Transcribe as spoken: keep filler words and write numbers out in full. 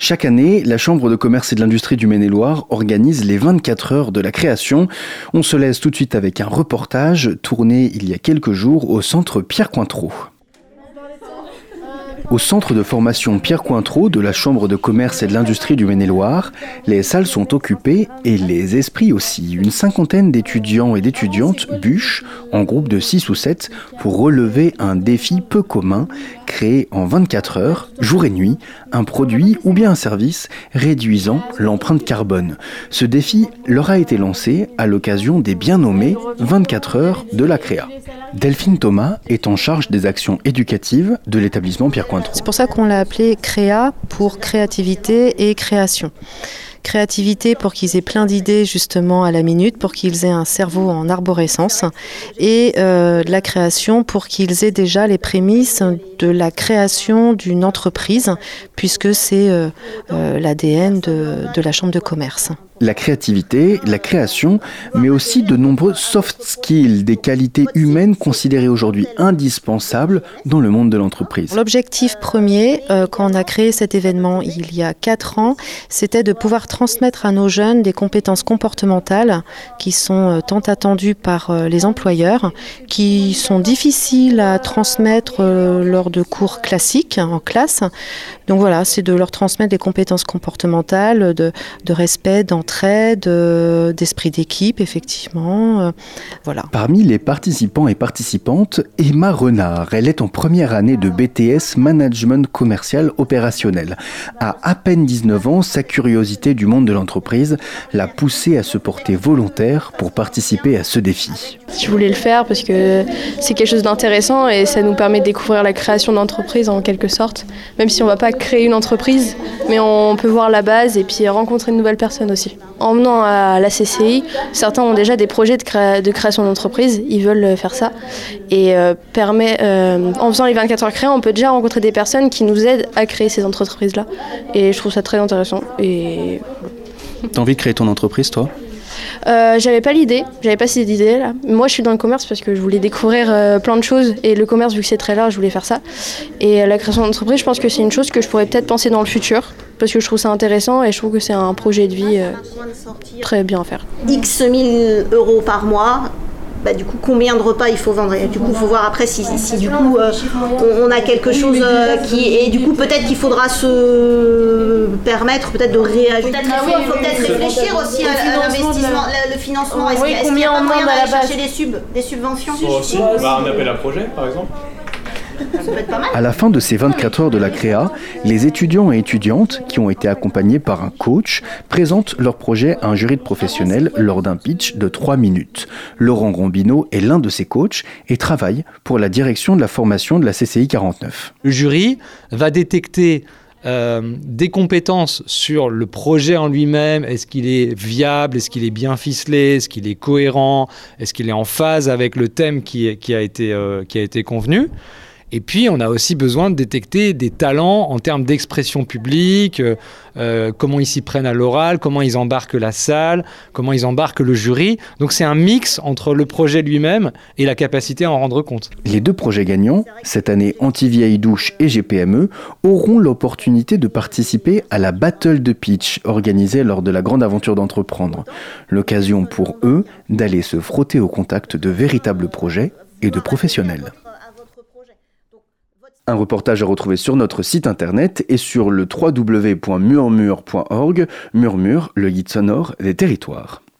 Chaque année, la Chambre de commerce et de l'industrie du Maine-et-Loire organise les vingt-quatre heures de la création. On se laisse tout de suite avec un reportage tourné il y a quelques jours au centre Pierre Cointreau. Au centre de formation Pierre Cointreau de la Chambre de commerce et de l'industrie du Maine-et-Loire, les salles sont occupées et les esprits aussi. Une cinquantaine d'étudiants et d'étudiantes bûchent en groupe de six ou sept pour relever un défi peu commun, créer en vingt-quatre heures, jour et nuit, un produit ou bien un service réduisant l'empreinte carbone. Ce défi leur a été lancé à l'occasion des bien nommés vingt-quatre heures de la créa. Delphine Thomas est en charge des actions éducatives de l'établissement Pierre Cointreau. C'est pour ça qu'on l'a appelé Créa pour créativité et création. Créativité pour qu'ils aient plein d'idées justement à la minute, pour qu'ils aient un cerveau en arborescence, et euh, la création pour qu'ils aient déjà les prémices de la création d'une entreprise, puisque c'est euh, euh, l'A D N de, de la Chambre de commerce. La créativité, la création, mais aussi de nombreux soft skills, des qualités humaines considérées aujourd'hui indispensables dans le monde de l'entreprise. L'objectif premier, euh, quand on a créé cet événement il y a quatre ans, c'était de pouvoir transmettre à nos jeunes des compétences comportementales qui sont euh, tant attendues par euh, les employeurs, qui sont difficiles à transmettre euh, lors de cours classiques en classe. Donc voilà, c'est de leur transmettre des compétences comportementales, de, de respect, d'entraide, de, d'esprit d'équipe, effectivement. Euh, voilà. Parmi les participants et participantes, Emma Renard. Elle est en première année de B T S Management Commercial Opérationnel. À à peine dix-neuf ans, sa curiosité du monde de l'entreprise l'a poussée à se porter volontaire pour participer à ce défi. Je voulais le faire parce que c'est quelque chose d'intéressant et ça nous permet de découvrir la création d'entreprise en quelque sorte, même si on ne va pas créer une entreprise, mais on peut voir la base et puis rencontrer de nouvelles personnes aussi. En venant à la C C I, certains ont déjà des projets de, créa- de création d'entreprise, ils veulent faire ça. Et euh, permet, euh, en faisant les vingt-quatre heures créa, on peut déjà rencontrer des personnes qui nous aident à créer ces entreprises-là. Et je trouve ça très intéressant. Et... T'as envie de créer ton entreprise, toi ? Euh, j'avais pas l'idée, j'avais pas cette idée là. Moi je suis dans le commerce parce que je voulais découvrir euh, plein de choses et le commerce vu que c'est très large, je voulais faire ça. Et euh, la création d'entreprise, je pense que c'est une chose que je pourrais peut-être penser dans le futur parce que je trouve ça intéressant et je trouve que c'est un projet de vie euh, très bien à faire. X mille euros par mois. Bah, du coup, combien de repas il faut vendre ? Et du coup, il faut voir après si, si du coup euh, on, on a quelque chose euh, qui... Et du coup, peut-être qu'il faudra se permettre peut-être de réagir. Peut-être il faut peut-être réfléchir aussi à, à l'investissement, le, le financement. Est-ce, oui, qu'il, est-ce qu'il y a pas moyen d'aller chercher des subs, des subventions ? Bon, aussi, bah, un appel à projet, par exemple. À la fin de ces vingt-quatre heures de la créa, les étudiants et étudiantes, qui ont été accompagnés par un coach, présentent leur projet à un jury de professionnels lors d'un pitch de trois minutes. Laurent Grombineau est l'un de ces coachs et travaille pour la direction de la formation de la C C I quarante-neuf. Le jury va détecter Euh, des compétences sur le projet en lui-même. Est-ce qu'il est viable? Est-ce qu'il est bien ficelé? Est-ce qu'il est cohérent? Est-ce qu'il est en phase avec le thème qui, qui, a, été, euh, qui a été convenu? Et puis, on a aussi besoin de détecter des talents en termes d'expression publique, euh, euh, comment ils s'y prennent à l'oral, comment ils embarquent la salle, comment ils embarquent le jury. Donc, c'est un mix entre le projet lui-même et la capacité à en rendre compte. Les deux projets gagnants, cette année Anti-Vieille Douche et G P M E, auront l'opportunité de participer à la Battle de Pitch organisée lors de la grande aventure d'entreprendre. L'occasion pour eux d'aller se frotter au contact de véritables projets et de professionnels. Un reportage à retrouver sur notre site internet et sur le w w w point murmure point org. Murmure, le guide sonore des territoires.